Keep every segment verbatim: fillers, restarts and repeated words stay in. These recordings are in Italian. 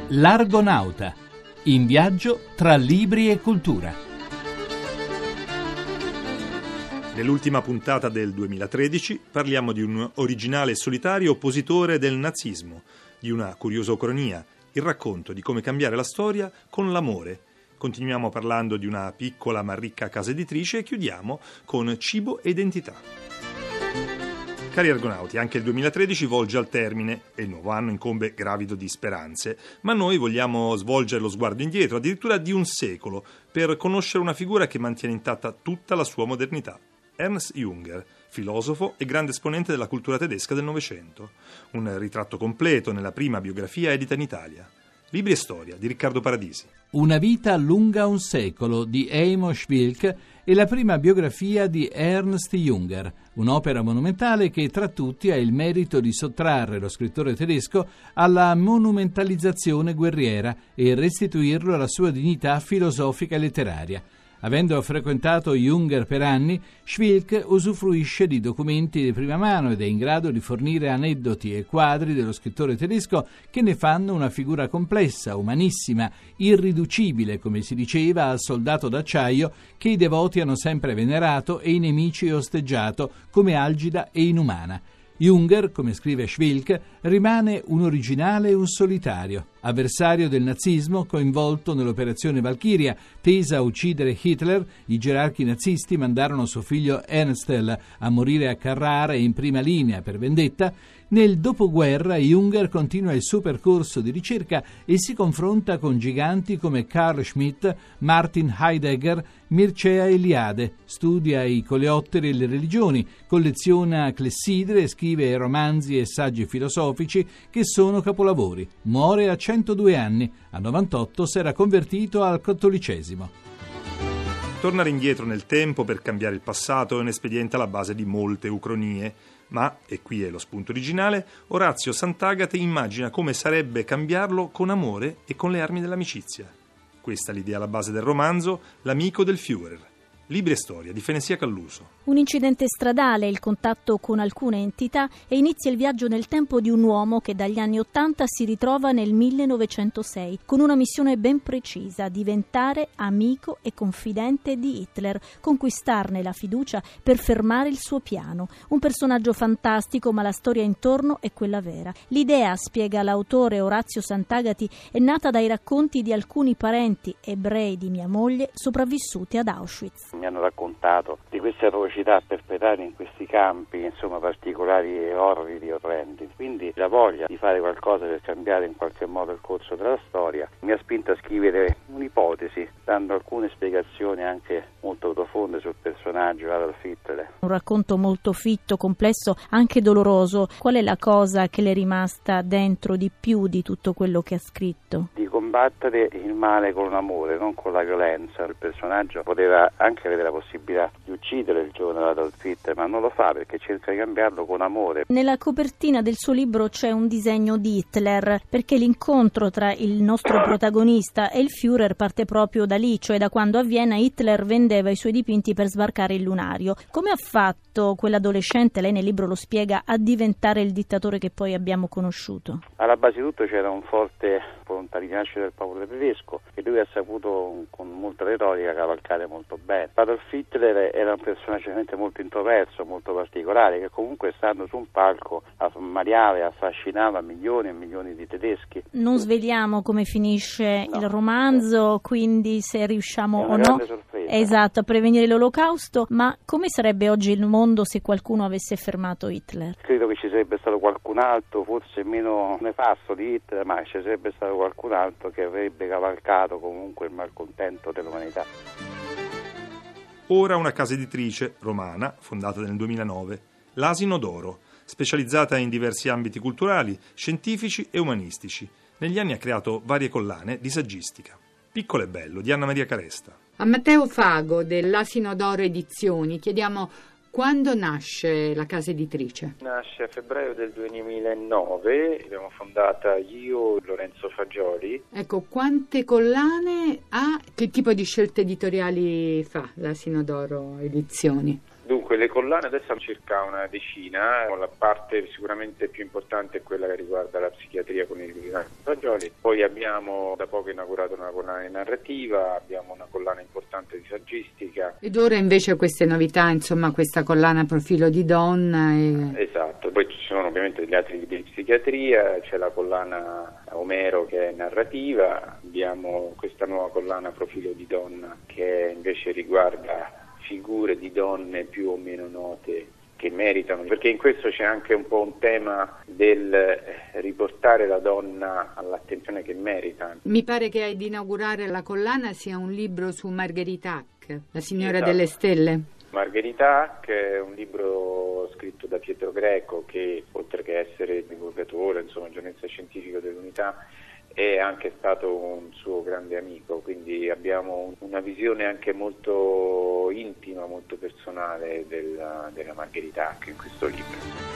L'Argonauta, in viaggio tra libri e cultura. Nell'ultima puntata del duemilatredici parliamo di un originale e solitario oppositore del nazismo, di una curiosa ucronia, il racconto di come cambiare la storia con l'amore. Continuiamo parlando di una piccola ma ricca casa editrice e chiudiamo con cibo e identità. Cari argonauti, anche il duemilatredici volge al termine e il nuovo anno incombe gravido di speranze, ma noi vogliamo svolgere lo sguardo indietro, addirittura di un secolo, per conoscere una figura che mantiene intatta tutta la sua modernità. Ernst Junger, filosofo e grande esponente della cultura tedesca del Novecento. Un ritratto completo nella prima biografia edita in Italia. Libri e storia di Riccardo Paradisi. Una vita lunga un secolo di Amos Wilk e la prima biografia di Ernst Junger, un'opera monumentale che tra tutti ha il merito di sottrarre lo scrittore tedesco alla monumentalizzazione guerriera e restituirlo alla sua dignità filosofica e letteraria. Avendo frequentato Junger per anni, Schwilk usufruisce di documenti di prima mano ed è in grado di fornire aneddoti e quadri dello scrittore tedesco che ne fanno una figura complessa, umanissima, irriducibile, come si diceva, al soldato d'acciaio che i devoti hanno sempre venerato e i nemici osteggiato come algida e inumana. Junger, come scrive Schwilk, rimane un originale e un solitario, avversario del nazismo coinvolto nell'operazione Valchiria, tesa a uccidere Hitler. I gerarchi nazisti mandarono suo figlio Ernst a morire a Carrara e in prima linea per vendetta. Nel dopoguerra Junger continua il suo percorso di ricerca e si confronta con giganti come Carl Schmitt, Martin Heidegger, Mircea Eliade, studia i coleotteri e le religioni, colleziona clessidre e scrive romanzi e saggi filosofici che sono capolavori. Muore a centodue anni, a novantotto si era convertito al cattolicesimo. Tornare indietro nel tempo per cambiare il passato è un espediente alla base di molte ucronie, ma, e qui è lo spunto originale, Orazio Sant'Agate immagina come sarebbe cambiarlo con amore e con le armi dell'amicizia. Questa è l'idea alla base del romanzo L'amico del Führer. Libri e storia di Fenezia Calluso. Un incidente stradale, il contatto con alcune entità e inizia il viaggio nel tempo di un uomo che dagli anni Ottanta si ritrova nel millenovecentosei con una missione ben precisa: diventare amico e confidente di Hitler, conquistarne la fiducia per fermare il suo piano. Un personaggio fantastico, ma la storia intorno è quella vera. L'idea, spiega l'autore Orazio Sant'Agati, è nata dai racconti di alcuni parenti ebrei di mia moglie sopravvissuti ad Auschwitz. Mi hanno raccontato di queste atrocità perpetrate in questi campi, insomma particolari e orridi, orrendi. Quindi la voglia di fare qualcosa per cambiare in qualche modo il corso della storia mi ha spinto a scrivere un'ipotesi, dando alcune spiegazioni anche molto profonde sul personaggio Adolf Hitler. Un racconto molto fitto, complesso, anche doloroso. Qual è la cosa che le è rimasta dentro di più di tutto quello che ha scritto? Di combattere il male con l'amore, non con la violenza. Il personaggio poteva anche avere la possibilità di uccidere il giovane Adolf Hitler, ma non lo fa perché cerca di cambiarlo con amore. Nella copertina del suo libro c'è un disegno di Hitler, perché l'incontro tra il nostro protagonista e il Führer parte proprio da lì, cioè da quando a Vienna Hitler vendeva i suoi dipinti per sbarcare il lunario. Come ha fatto quell'adolescente, lei nel libro lo spiega, a diventare il dittatore che poi abbiamo conosciuto? Alla base di tutto c'era un forte volontà di nascere del popolo tedesco e lui ha saputo con molta retorica cavalcare molto bene. Adolf Hitler era un personaggio veramente molto introverso, molto particolare, che comunque stando su un palco ammaliava e affascinava milioni e milioni di tedeschi. Non sveliamo come finisce no. il romanzo, quindi se riusciamo o no sorpresa. Esatto, a prevenire l'olocausto, ma come sarebbe oggi il mondo se qualcuno avesse fermato Hitler? Credo che ci sarebbe stato qualcun altro, forse meno nefasto di Hitler, ma ci sarebbe stato qualcun altro che avrebbe cavalcato comunque il malcontento dell'umanità. Ora una casa editrice romana, fondata nel duemilanove, l'Asino d'Oro, specializzata in diversi ambiti culturali, scientifici e umanistici. Negli anni ha creato varie collane di saggistica. Piccolo e bello, di Anna Maria Caresta. A Matteo Fago dell'Asino d'Oro Edizioni chiediamo: quando nasce la casa editrice? Nasce a febbraio del duemilanove, l'abbiamo fondata io e Lorenzo Fagioli. Ecco, quante collane ha? Che tipo di scelte editoriali fa l'Asino d'Oro Edizioni? Dunque, le collane adesso sono circa una decina, la parte sicuramente più importante è quella che riguarda la psichiatria con il Fagioli, poi abbiamo da poco inaugurato una collana di narrativa, abbiamo una collana importante di saggistica. Ed ora invece queste novità, insomma questa collana Profilo di donna. E... Esatto, poi ci sono ovviamente degli altri libri di psichiatria, c'è la collana Omero che è narrativa, abbiamo questa nuova collana Profilo di donna che invece riguarda figure di donne più o meno note che meritano, perché in questo c'è anche un po' un tema del riportare la donna all'attenzione che merita. Mi pare che ad inaugurare la collana sia un libro su Margherita Hack, la signora esatto. delle stelle. Margherita Hack è un libro scritto da Pietro Greco che, oltre che essere divulgatore, insomma giornalista scientifico dell'Unità, è anche stato un suo grande amico, quindi abbiamo una visione anche molto intima, molto personale della, della Margherita Hack in questo libro.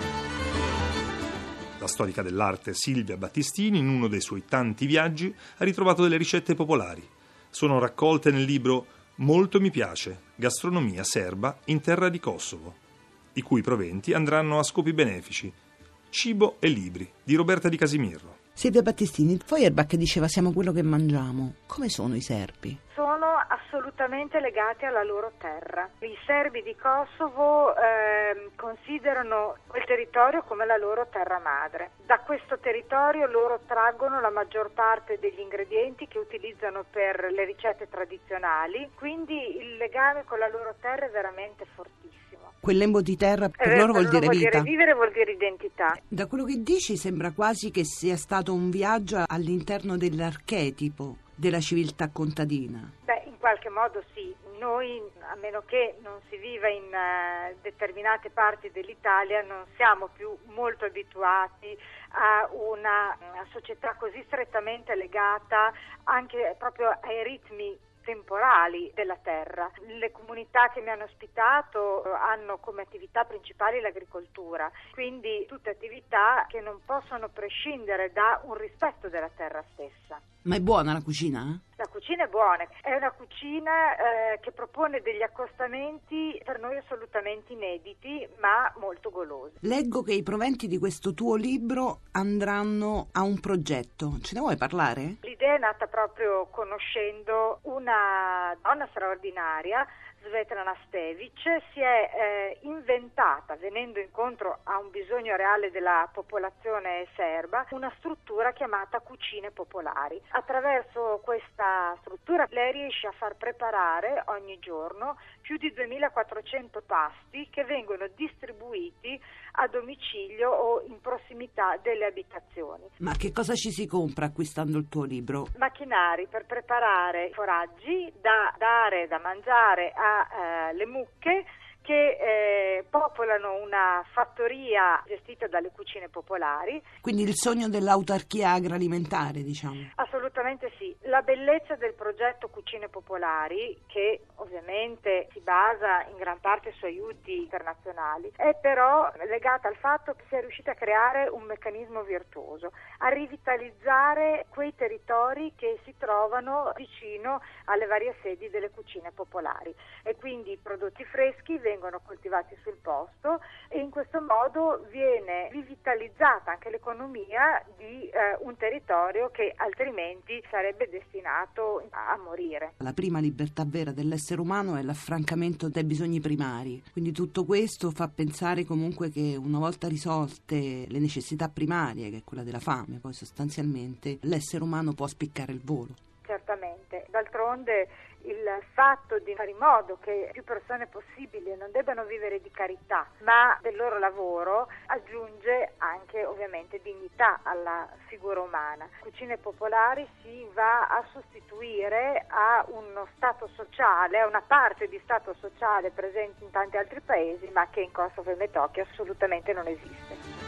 La storica dell'arte Silvia Battistini, in uno dei suoi tanti viaggi, ha ritrovato delle ricette popolari. Sono raccolte nel libro Molto mi piace, gastronomia serba in terra di Kosovo, i cui proventi andranno a scopi benefici. Cibo e libri, di Roberta Di Casimirro. Silvia Battistini, Feuerbach diceva siamo quello che mangiamo. Come sono i serbi? Sono assolutamente legati alla loro terra. I serbi di Kosovo eh, considerano quel territorio come la loro terra madre. Da questo territorio loro traggono la maggior parte degli ingredienti che utilizzano per le ricette tradizionali, quindi il legame con la loro terra è veramente fortissimo. Quel lembo di terra per eh, loro vuol dire vuol vita. Vuol dire vivere, vuol dire identità. Da quello che dici sembra quasi che sia stato un viaggio all'interno dell'archetipo della civiltà contadina. Beh, in qualche modo sì. Noi, a meno che non si viva in uh, determinate parti dell'Italia, non siamo più molto abituati a una, una società così strettamente legata anche proprio ai ritmi temporali della terra. Le comunità che mi hanno ospitato hanno come attività principali l'agricoltura, quindi tutte attività che non possono prescindere da un rispetto della terra stessa. Ma è buona la cucina? La cucina è buona, è una cucina eh, che propone degli accostamenti per noi assolutamente inediti, ma molto golosi. Leggo che i proventi di questo tuo libro andranno a un progetto. Ce ne vuoi parlare? L'idea è nata proprio conoscendo una donna straordinaria, Svetlana Stevic, si è eh, inventata, venendo incontro a un bisogno reale della popolazione serba, una struttura chiamata Cucine Popolari. Attraverso questa struttura lei riesce a far preparare ogni giorno più di duemilaquattrocento pasti che vengono distribuiti a domicilio o in prossimità delle abitazioni. Ma che cosa ci si compra acquistando il tuo libro? Macchinari per preparare foraggi da dare da mangiare alle eh, mucche che eh, popolano una fattoria gestita dalle cucine popolari. Quindi il sogno dell'autarchia agroalimentare, diciamo. Assolutamente sì. La bellezza del progetto Cucine Popolari, che ovviamente si basa in gran parte su aiuti internazionali, è però legata al fatto che si è riuscita a creare un meccanismo virtuoso, a rivitalizzare quei territori che si trovano vicino alle varie sedi delle cucine popolari, e quindi i prodotti freschi vengono coltivati sul posto e in questo modo viene rivitalizzata anche l'economia di eh, un territorio che altrimenti sarebbe destinato a morire. La prima libertà vera dell'essere umano è l'affrancamento dai bisogni primari, quindi tutto questo fa pensare comunque che una volta risolte le necessità primarie, che è quella della fame, poi sostanzialmente l'essere umano può spiccare il volo. Certamente, d'altronde il fatto di fare in modo che più persone possibili non debbano vivere di carità ma del loro lavoro aggiunge anche ovviamente dignità alla figura umana. Cucine Popolari si va a sostituire a uno stato sociale, a una parte di stato sociale presente in tanti altri paesi ma che in Kosovo e Metohija assolutamente non esiste.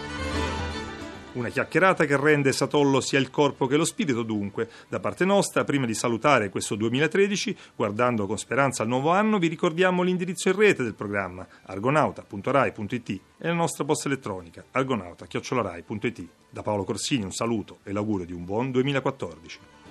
Una chiacchierata che rende Satollo sia il corpo che lo spirito, dunque. Da parte nostra, prima di salutare questo duemilatredici, guardando con speranza al nuovo anno, vi ricordiamo l'indirizzo in rete del programma argonauta punto rai punto it e la nostra posta elettronica argonauta chiocciola rai punto it. Da Paolo Corsini un saluto e l'augurio di un buon duemilaquattordici.